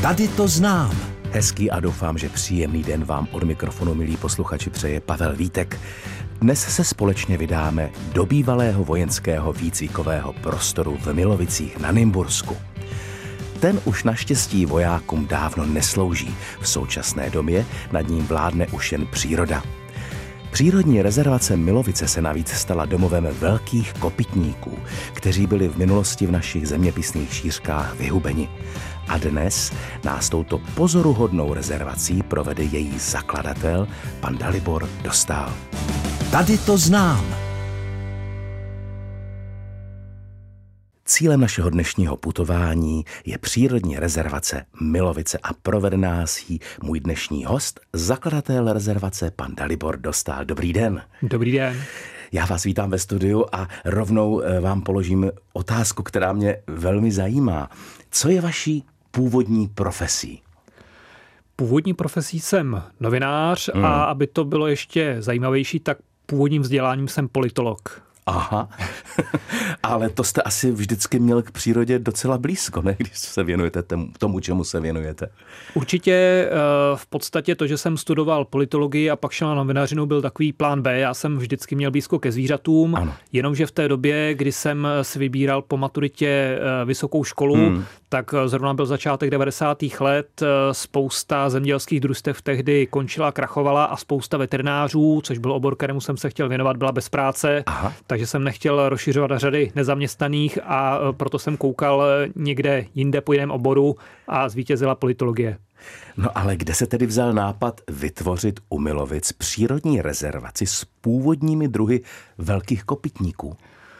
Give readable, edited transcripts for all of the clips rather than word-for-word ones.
Tady to znám. Hezký a doufám, že příjemný den vám od mikrofonu, milí posluchači, přeje Pavel Vítek. Dnes se společně vydáme do bývalého vojenského výcvikového prostoru v Milovicích na Nymbursku. Ten už naštěstí vojákům dávno neslouží. V současné době nad ním vládne už jen příroda. Přírodní rezervace Milovice se navíc stala domovem velkých kopytníků, kteří byli v minulosti v našich zeměpisných šířkách vyhubeni. A dnes nás touto pozoruhodnou rezervací provede její zakladatel, pan Dalibor Dostál. Tady to znám. Cílem našeho dnešního putování je přírodní rezervace Milovice a provede nás jí můj dnešní host, zakladatel rezervace, pan Dalibor Dostál. Dobrý den. Dobrý den. Já vás vítám ve studiu a rovnou vám položím otázku, která mě velmi zajímá. Co je vaší původní profesí? Původní profesí jsem novinář a aby to bylo ještě zajímavější, tak původním vzděláním jsem politolog. Aha, ale to jste asi vždycky měl k přírodě docela blízko, ne? Když se věnujete tomu, čemu se věnujete. Určitě v podstatě to, že jsem studoval politologii a pak šel na novinařinu, byl takový plán B. Já jsem vždycky měl blízko ke zvířatům, ano. Jenomže v té době, kdy jsem si vybíral po maturitě vysokou školu, tak zrovna byl začátek 90. let, spousta zemědělských družstev tehdy končila, krachovala a spousta veterinářů, což byl obor, kterému jsem se chtěl věnovat, byla bez práce. Aha. Takže jsem nechtěl rozšiřovat řady nezaměstnaných a proto jsem koukal někde jinde po jiném oboru a zvítězila politologie. No ale kde se tedy vzal nápad vytvořit u Milovic přírodní rezervaci s původními druhy velkých kopytníků?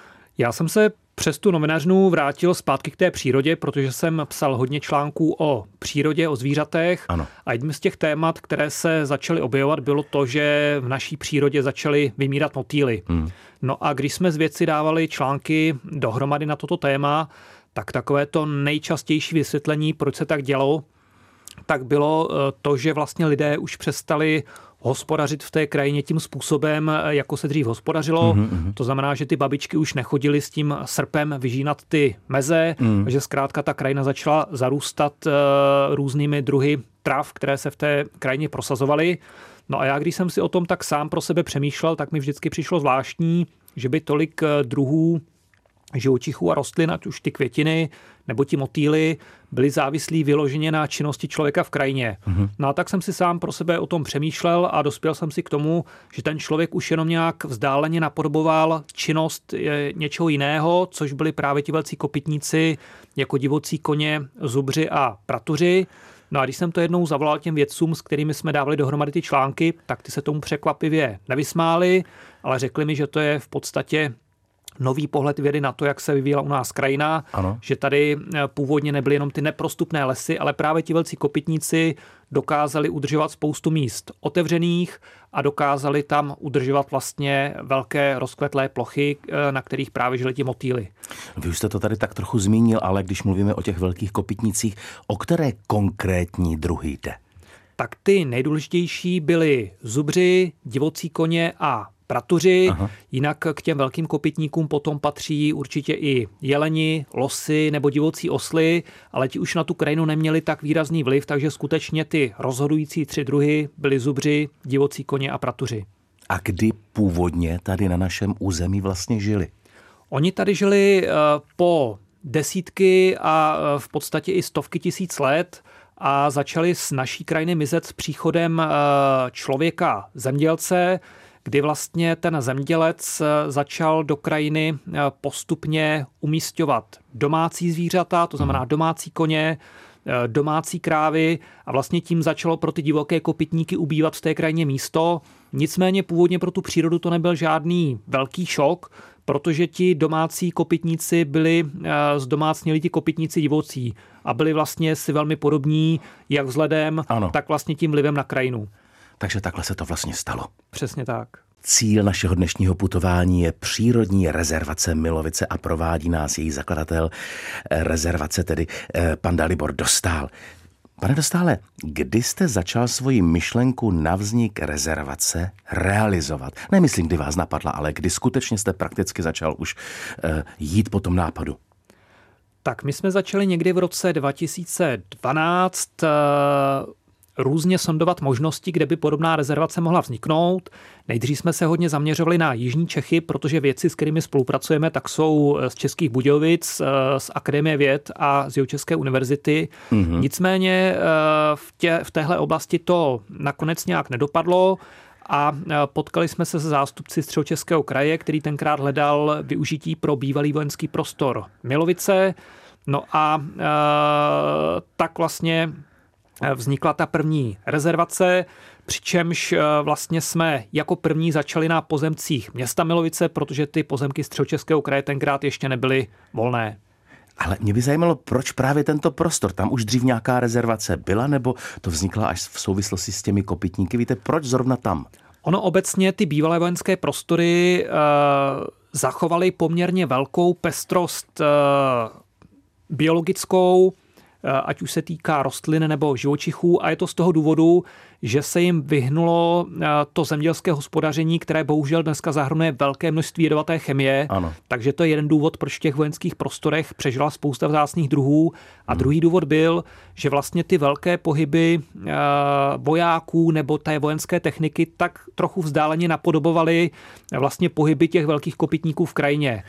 Já jsem se přes tu novinařinu vrátil zpátky k té přírodě, protože jsem psal hodně článků o přírodě, o zvířatech. Ano. A jedním z těch témat, které se začaly objevovat, bylo to, že v naší přírodě začaly vymírat motýly. No a když jsme z věci dávali články dohromady na toto téma, tak takové to nejčastější vysvětlení, proč se tak dělo, tak bylo to, že vlastně lidé už přestali hospodařit v té krajině tím způsobem, jako se dřív hospodařilo. To znamená, že ty babičky už nechodily s tím srpem vyžínat ty meze, že zkrátka ta krajina začala zarůstat různými druhy trav, které se v té krajině prosazovaly. No a já, když jsem si o tom tak sám pro sebe přemýšlel, tak mi vždycky přišlo zvláštní, že by tolik druhů živočichů a rostlin, ať už ty květiny nebo ti motýly, byli závislí vyloženě na činnosti člověka v krajině. No a tak jsem si sám pro sebe o tom přemýšlel a dospěl jsem si k tomu, že ten člověk už jenom nějak vzdáleně napodoboval činnost něčeho jiného, což byli právě ti velcí kopytníci, jako divocí koně, zubři a pratuři. No a když jsem to jednou zavolal těm vědcům, s kterými jsme dávali dohromady ty články, tak ty se tomu překvapivě nevysmáli, ale řekli mi, že to je v podstatě nový pohled vědy na to, jak se vyvíjela u nás krajina, ano. Že tady původně nebyly jenom ty neprostupné lesy, ale právě ti velcí kopytníci dokázali udržovat spoustu míst otevřených a dokázali tam udržovat vlastně velké rozkvetlé plochy, na kterých právě žili ti motýly. Vy už jste to tady tak trochu zmínil, ale když mluvíme o těch velkých kopytnících, o které konkrétní druhy jde? Tak ty nejdůležitější byly zubři, divocí koně a pratuři. Aha. Jinak k těm velkým kopytníkům potom patří určitě i jeleni, losy nebo divocí osly, ale ti už na tu krajinu neměli tak výrazný vliv, takže skutečně ty rozhodující 3 druhy byly zubři, divocí koně a pratuři. A kdy původně tady na našem území vlastně žili? Oni tady žili po desítky a v podstatě i stovky tisíc let a začali z naší krajiny mizet s příchodem člověka zemědělce, kdy vlastně ten zemědělec začal do krajiny postupně umísťovat domácí zvířata, to znamená domácí koně, domácí krávy a vlastně tím začalo pro ty divoké kopytníky ubývat v té krajině místo. Nicméně původně pro tu přírodu to nebyl žádný velký šok, protože ti domácí kopytníci byli zdomácněli ti kopytníci divocí a byli vlastně si velmi podobní jak vzhledem, tak vlastně tím vlivem na krajinu. Takže takhle se to vlastně stalo. Přesně tak. Cíl našeho dnešního putování je přírodní rezervace Milovice a provádí nás její zakladatel rezervace, tedy pan Dalibor Dostál. Pane Dostále, kdy jste začal svoji myšlenku na vznik rezervace realizovat? Nemyslím, kdy vás napadla, ale kdy skutečně jste prakticky začal už jít po tom nápadu? Tak my jsme začali někdy v roce 2012 různě sondovat možnosti, kde by podobná rezervace mohla vzniknout. Nejdřív jsme se hodně zaměřovali na jižní Čechy, protože vědci, s kterými spolupracujeme, tak jsou z Českých Budějovic, z Akademie věd a z Jihočeské univerzity. Mm-hmm. Nicméně v téhle oblasti to nakonec nějak nedopadlo a potkali jsme se se zástupci Středočeského kraje, který tenkrát hledal využití pro bývalý vojenský prostor Milovice. No a tak vlastně vznikla ta první rezervace, přičemž vlastně jsme jako první začali na pozemcích města Milovice, protože ty pozemky Středočeského kraje tenkrát ještě nebyly volné. Ale mě by zajímalo, proč právě tento prostor? Tam už dřív nějaká rezervace byla, nebo to vznikla až v souvislosti s těmi kopytníky? Víte, proč zrovna tam? Ono obecně ty bývalé vojenské prostory zachovaly poměrně velkou pestrost biologickou, ať už se týká rostlin nebo živočichů, a je to z toho důvodu, že se jim vyhnulo to zemědělské hospodaření, které bohužel dneska zahrnuje velké množství jedovaté chemie. Ano. Takže to je jeden důvod, proč v těch vojenských prostorech přežila spousta vzácných druhů. A druhý důvod byl, že vlastně ty velké pohyby vojáků nebo té vojenské techniky tak trochu vzdáleně napodobovaly vlastně pohyby těch velkých kopytníků v krajině.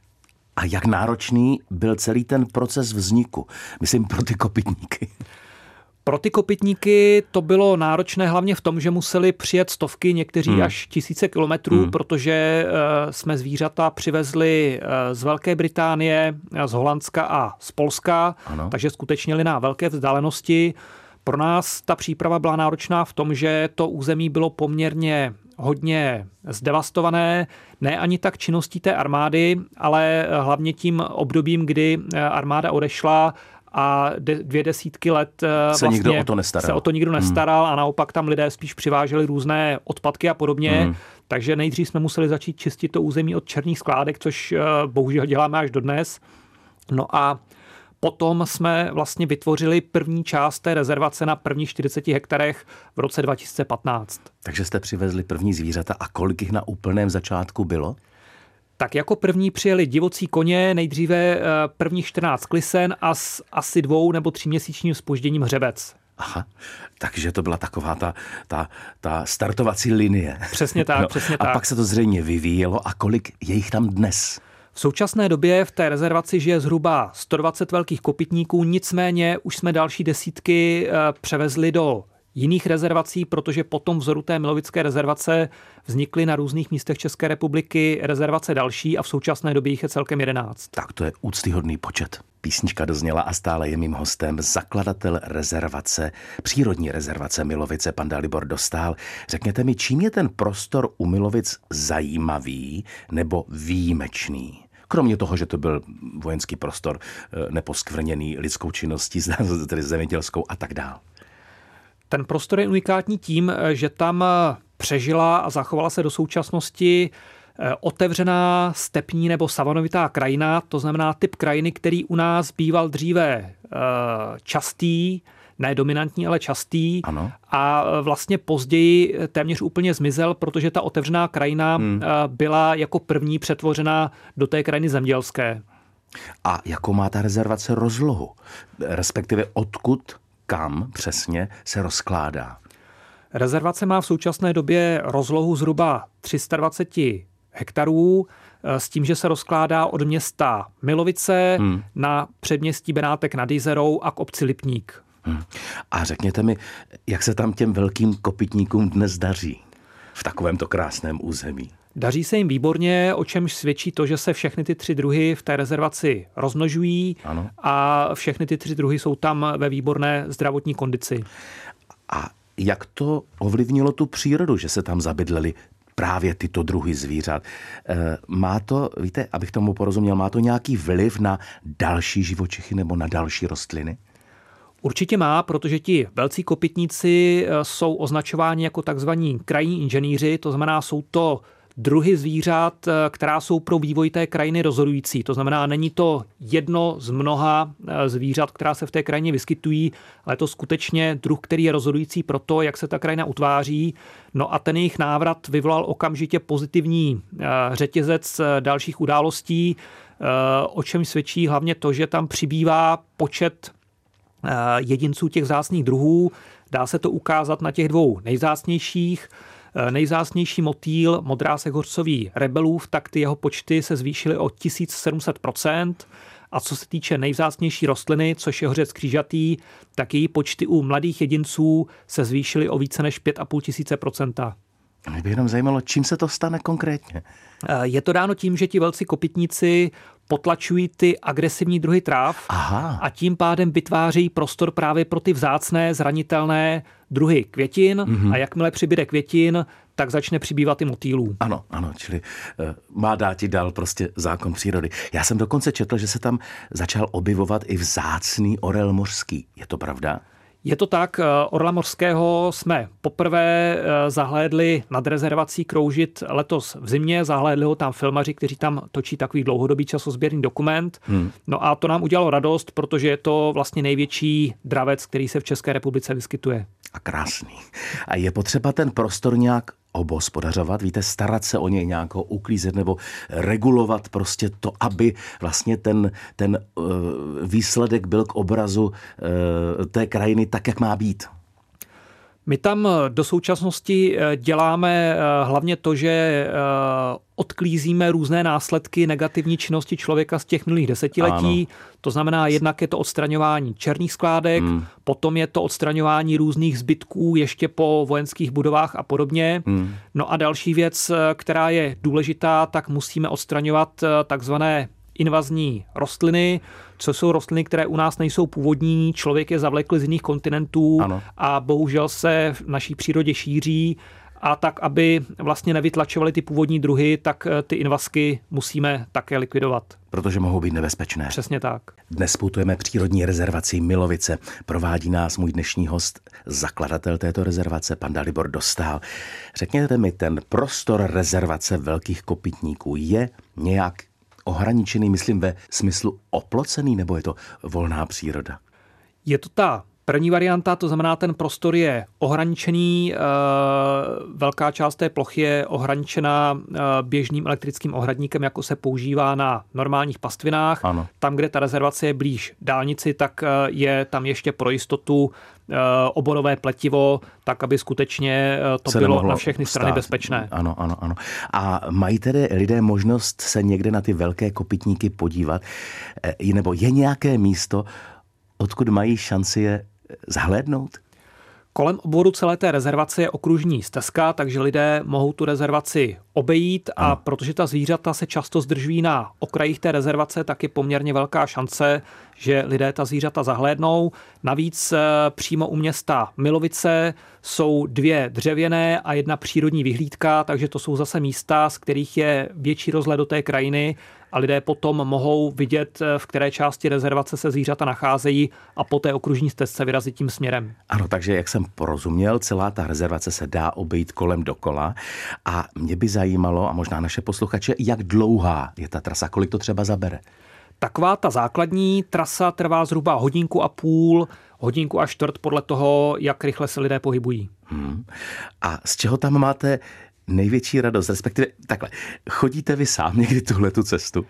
A jak náročný byl celý ten proces vzniku? Myslím pro ty kopytníky. Pro ty kopytníky to bylo náročné hlavně v tom, že museli přijet stovky, někteří až tisíce kilometrů, protože jsme zvířata přivezli z Velké Británie, z Holandska a z Polska, ano. Takže skutečně jeli na velké vzdálenosti. Pro nás ta příprava byla náročná v tom, že to území bylo poměrně hodně zdevastované, ne ani tak činností té armády, ale hlavně tím obdobím, kdy armáda odešla a 20 let se o to nikdo nestaral a naopak tam lidé spíš přiváželi různé odpadky a podobně. Takže nejdřív jsme museli začít čistit to území od černých skládek, což bohužel děláme až dodnes. No a potom jsme vlastně vytvořili první část té rezervace na prvních 40 hektarech v roce 2015. Takže jste přivezli první zvířata a kolik jich na úplném začátku bylo? Tak jako první přijeli divocí koně, nejdříve prvních 14 klisen a s asi 2 nebo 3 měsíčním zpožděním hřebec. Aha, takže to byla taková ta startovací linie. Přesně tak, přesně tak. A pak se to zřejmě vyvíjelo a kolik je jich tam dnes? V současné době v té rezervaci žije zhruba 120 velkých kopytníků, nicméně už jsme další desítky převezli do jiných rezervací, protože po tom vzoru té Milovické rezervace vznikly na různých místech České republiky rezervace další a v současné době jich je celkem 11. Tak to je úctyhodný počet. Písnička dozněla a stále je mým hostem zakladatel rezervace, přírodní rezervace Milovice, pan Dalibor Dostál. Řekněte mi, čím je ten prostor u Milovic zajímavý nebo výjimečný? Kromě toho, že to byl vojenský prostor neposkvrněný lidskou činností, tedy zemědělskou a tak dál. Ten prostor je unikátní tím, že tam přežila a zachovala se do současnosti otevřená stepní nebo savanovitá krajina, to znamená typ krajiny, který u nás býval dříve častý, ne dominantní, ale častý. Ano. A vlastně později téměř úplně zmizel, protože ta otevřená krajina byla jako první přetvořena do té krajiny zemědělské. A jakou má ta rezervace rozlohu? Respektive odkud, kam přesně se rozkládá? Rezervace má v současné době rozlohu zhruba 320 hektarů, s tím, že se rozkládá od města Milovice na předměstí Benátek nad Jizerou a k obci Lipník. A řekněte mi, jak se tam těm velkým kopytníkům dnes daří v takovémto krásném území? Daří se jim výborně, o čemž svědčí to, že se všechny ty 3 druhy v té rezervaci rozmnožují. Ano. A všechny ty 3 druhy jsou tam ve výborné zdravotní kondici. A jak to ovlivnilo tu přírodu, že se tam zabydleli právě tyto druhy zvířat? Má to, víte, abych tomu porozuměl, má to nějaký vliv na další živočichy nebo na další rostliny? Určitě má, protože ti velcí kopytníci jsou označováni jako takzvaní krajní inženýři, to znamená, jsou to druhy zvířat, která jsou pro vývoj té krajiny rozhodující. To znamená, není to jedno z mnoha zvířat, která se v té krajině vyskytují, ale je to skutečně druh, který je rozhodující pro to, jak se ta krajina utváří. No a ten jejich návrat vyvolal okamžitě pozitivní řetězec dalších událostí, o čem svědčí hlavně to, že tam přibývá počet jedinců těch vzácných druhů. Dá se to ukázat na těch dvou nejvzácnějších. Nejvzácnější motýl, modrásek hořcový rebelův, tak ty jeho počty se zvýšily o 1700%. A co se týče nejvzácnější rostliny, což je hořec křížatý, tak její počty u mladých jedinců se zvýšily o více než 5500%. Mě by jenom zajímalo, čím se to stane konkrétně. Je to dáno tím, že ti velcí kopytníci potlačují ty agresivní druhy tráv. Aha. A tím pádem vytvářejí prostor právě pro ty vzácné, zranitelné druhy květin. A jakmile přibyde květin, tak začne přibývat i motýlů. Ano, čili má dáti dál prostě zákon přírody. Já jsem dokonce četl, že se tam začal objevovat i vzácný orel mořský. Je to pravda? Je to tak, orla mořského jsme poprvé zahlédli nad rezervací kroužit letos v zimě, zahlédli ho tam filmaři, kteří tam točí takový dlouhodobý časozběrný dokument. No a to nám udělalo radost, protože je to vlastně největší dravec, který se v České republice vyskytuje. A krásný. A je potřeba ten prostor nějak obhospodařovat, víte, starat se o něj nějak uklízet nebo regulovat prostě to, aby vlastně ten výsledek byl k obrazu té krajiny tak, jak má být. My tam do současnosti děláme hlavně to, že odklízíme různé následky negativní činnosti člověka z těch minulých desetiletí. Ano. To znamená, jednak je to odstraňování černých skládek, potom je to odstraňování různých zbytků ještě po vojenských budovách a podobně. No a další věc, která je důležitá, tak musíme odstraňovat takzvané invazní rostliny, co jsou rostliny, které u nás nejsou původní, člověk je zavlekl z jiných kontinentů. Ano. A bohužel se v naší přírodě šíří. A tak, aby vlastně nevytlačovaly ty původní druhy, tak ty invazky musíme také likvidovat. Protože mohou být nebezpečné. Přesně tak. Dnes putujeme přírodní rezervací Milovice. Provádí nás můj dnešní host, zakladatel této rezervace, pan Dalibor Dostál. Řekněte mi, ten prostor rezervace velkých kopytníků je nějak ohraničený, myslím ve smyslu oplocený, nebo je to volná příroda? Je to ta první varianta, to znamená, ten prostor je ohraničený, velká část té plochy je ohraničená běžným elektrickým ohradníkem, jako se používá na normálních pastvinách. Ano. Tam, kde ta rezervace je blíž dálnici, tak je tam ještě pro jistotu oborové pletivo, tak aby skutečně to bylo na všechny strany bezpečné. Ano. A mají tedy lidé možnost se někde na ty velké kopytníky podívat? Nebo je nějaké místo, odkud mají šanci je zhlédnout? Kolem obvodu celé té rezervace je okružní stezka, takže lidé mohou tu rezervaci obejít a protože ta zvířata se často zdržují na okrajích té rezervace, tak je poměrně velká šance, že lidé ta zvířata zahlédnou. Navíc přímo u města Milovice jsou 2 dřevěné a 1 přírodní vyhlídka, takže to jsou zase místa, z kterých je větší rozhled do té krajiny a lidé potom mohou vidět, v které části rezervace se zvířata nacházejí a po té okružní stezce vyrazit tím směrem. Ano, takže jak jsem porozuměl, celá ta rezervace se dá obejít kolem dokola a mě by zajímalo, a možná naše posluchače, jak dlouhá je ta trasa, kolik to třeba zabere? Taková ta základní trasa trvá zhruba 1,5 hodiny, 1,25 hodiny podle toho, jak rychle se lidé pohybují. A z čeho tam máte největší radost? Respektive takhle, chodíte vy sám někdy tuhletu cestu?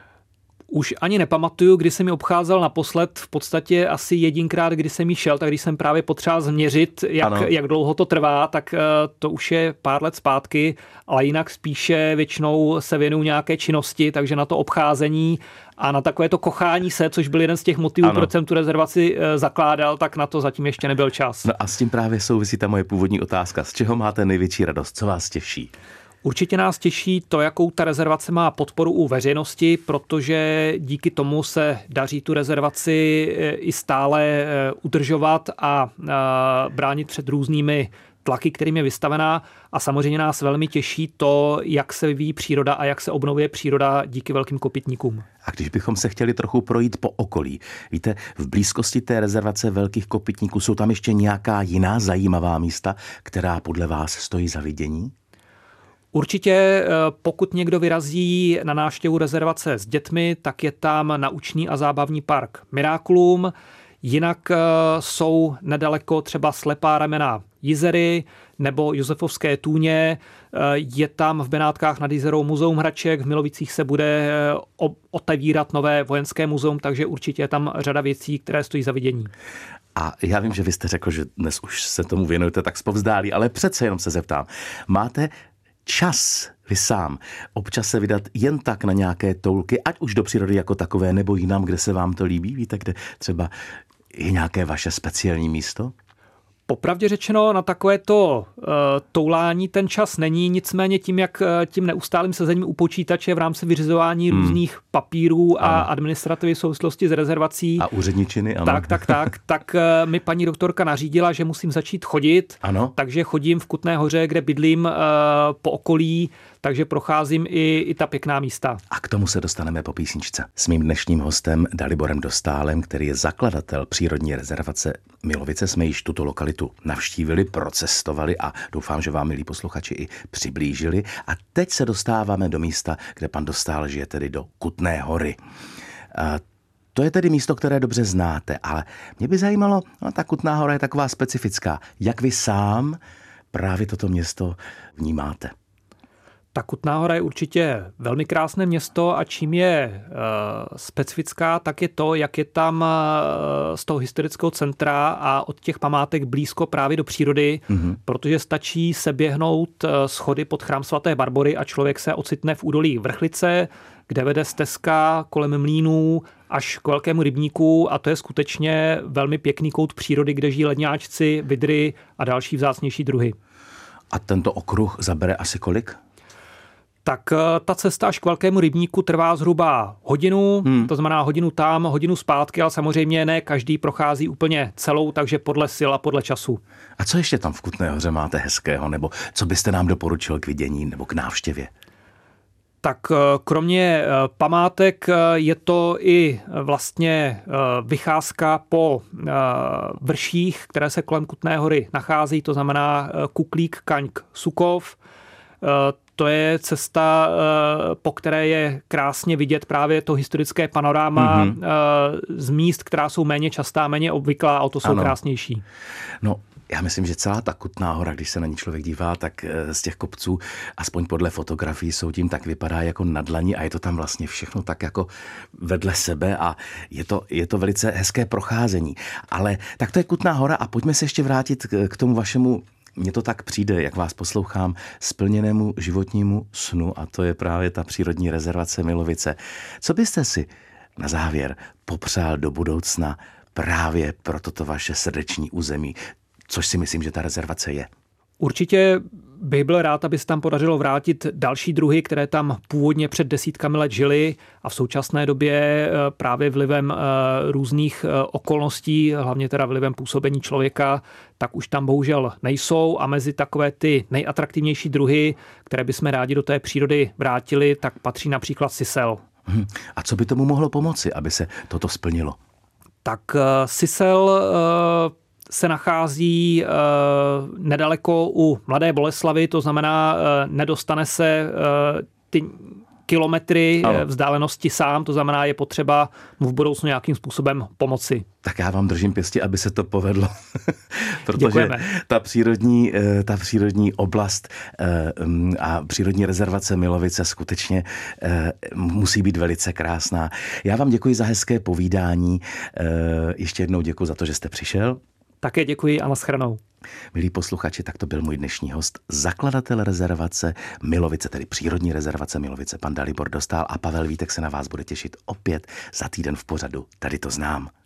Už ani nepamatuju, kdy jsem ji obcházel naposled, v podstatě asi jedinkrát, kdy jsem jí šel, tak když jsem právě potřeboval změřit, jak dlouho to trvá, tak to už je pár let zpátky, ale jinak spíše většinou se věnuju nějaké činnosti, takže na to obcházení a na takové to kochání se, což byl jeden z těch motivů, proč jsem tu rezervaci zakládal, tak na to zatím ještě nebyl čas. No a s tím právě souvisí ta moje původní otázka. Z čeho máte největší radost? Co vás těší? Určitě nás těší to, jakou ta rezervace má podporu u veřejnosti, protože díky tomu se daří tu rezervaci i stále udržovat a bránit před různými tlaky, kterým je vystavená. A samozřejmě nás velmi těší to, jak se vyvíjí příroda a jak se obnovuje příroda díky velkým kopytníkům. A když bychom se chtěli trochu projít po okolí, víte, v blízkosti té rezervace velkých kopytníků jsou tam ještě nějaká jiná zajímavá místa, která podle vás stojí za vidění? Určitě, pokud někdo vyrazí na návštěvu rezervace s dětmi, tak je tam naučný a zábavní park Miraculum. Jinak jsou nedaleko třeba Slepá ramena Jizery nebo Josefovské tůně. Je tam v Benátkách nad Jizerou muzeum hraček, v Milovicích se bude otevírat nové vojenské muzeum, takže určitě je tam řada věcí, které stojí za vidění. A já vím, že vy jste řekl, že dnes už se tomu věnujete tak zpovzdálí, ale přece jenom se zeptám. Máte čas vy sám občas se vydat jen tak na nějaké toulky, ať už do přírody jako takové, nebo jinam, kde se vám to líbí? Víte, kde třeba je nějaké vaše speciální místo? Popravdě řečeno, na takovéto toulání ten čas není, nicméně tím neustálým sezením u počítače v rámci vyřizování různých papírů a administrativy v souvislosti s rezervací. A úředničiny, ano. Tak mi paní doktorka nařídila, že musím začít chodit, ano. Takže chodím v Kutné Hoře, kde bydlím, po okolí, takže procházím i ta pěkná místa. A k tomu se dostaneme po písničce. S mým dnešním hostem Daliborem Dostálem, který je zakladatel přírodní rezervace Milovice, jsme již tuto lokalitu navštívili, procestovali a doufám, že vám, milí posluchači, i přiblížili. A teď se dostáváme do místa, kde pan Dostál žije, tedy do Kutné Hory. To je tedy místo, které dobře znáte, ale mě by zajímalo, ta Kutná Hora je taková specifická. Jak vy sám právě toto město vnímáte? Ta Kutná Hora je určitě velmi krásné město a čím je specifická, tak je to, jak je tam z toho historického centra a od těch památek blízko právě do přírody, protože stačí se běhnout schody pod chrám svaté Barbory a člověk se ocitne v údolí Vrchlice, kde vede stezka kolem mlýnů až k velkému rybníku a to je skutečně velmi pěkný kout přírody, kde žijí ledňáčci, vidry a další vzácnější druhy. A tento okruh zabere asi kolik? Tak ta cesta až k velkému rybníku trvá zhruba hodinu, to znamená hodinu tam, hodinu zpátky, ale samozřejmě ne každý prochází úplně celou, takže podle sil a podle času. A co ještě tam v Kutné Hoře máte hezkého, nebo co byste nám doporučil k vidění nebo k návštěvě? Tak kromě památek je to i vlastně vycházka po vrších, které se kolem Kutné Hory nachází, to znamená Kuklík, Kaňk, Sukov. To je cesta, po které je krásně vidět právě to historické panoráma z míst, která jsou méně častá, méně obvyklá a o to jsou krásnější. No, já myslím, že celá ta Kutná Hora, když se na ní člověk dívá, tak z těch kopců, aspoň podle fotografií, jsou tím tak vypadá jako na dlani a je to tam vlastně všechno tak jako vedle sebe a je to velice hezké procházení. Ale tak to je Kutná Hora a pojďme se ještě vrátit k tomu vašemu, mně to tak přijde, jak vás poslouchám, splněnému životnímu snu a to je právě ta přírodní rezervace Milovice. Co byste si na závěr popřál do budoucna právě pro toto vaše srdeční území, což si myslím, že ta rezervace je? Určitě bych byl rád, aby se tam podařilo vrátit další druhy, které tam původně před desítkami let žily a v současné době právě vlivem různých okolností, hlavně teda vlivem působení člověka, tak už tam bohužel nejsou a mezi takové ty nejatraktivnější druhy, které bychom rádi do té přírody vrátili, tak patří například sisel. A co by tomu mohlo pomoci, aby se toto splnilo? Tak sisel se nachází nedaleko u Mladé Boleslavi, to znamená, nedostane se ty kilometry vzdálenosti sám, to znamená, je potřeba mu v budoucnu nějakým způsobem pomoci. Tak já vám držím pěstí, aby se to povedlo, protože děkujeme. Ta přírodní oblast a přírodní rezervace Milovice skutečně musí být velice krásná. Já vám děkuji za hezké povídání, ještě jednou děkuji za to, že jste přišel. Také děkuji a nashledanou. Milí posluchači, tak to byl můj dnešní host, zakladatel rezervace Milovice, tedy přírodní rezervace Milovice, pan Dalibor Dostál a Pavel Vítek se na vás bude těšit opět za týden v pořadu Tady to znám.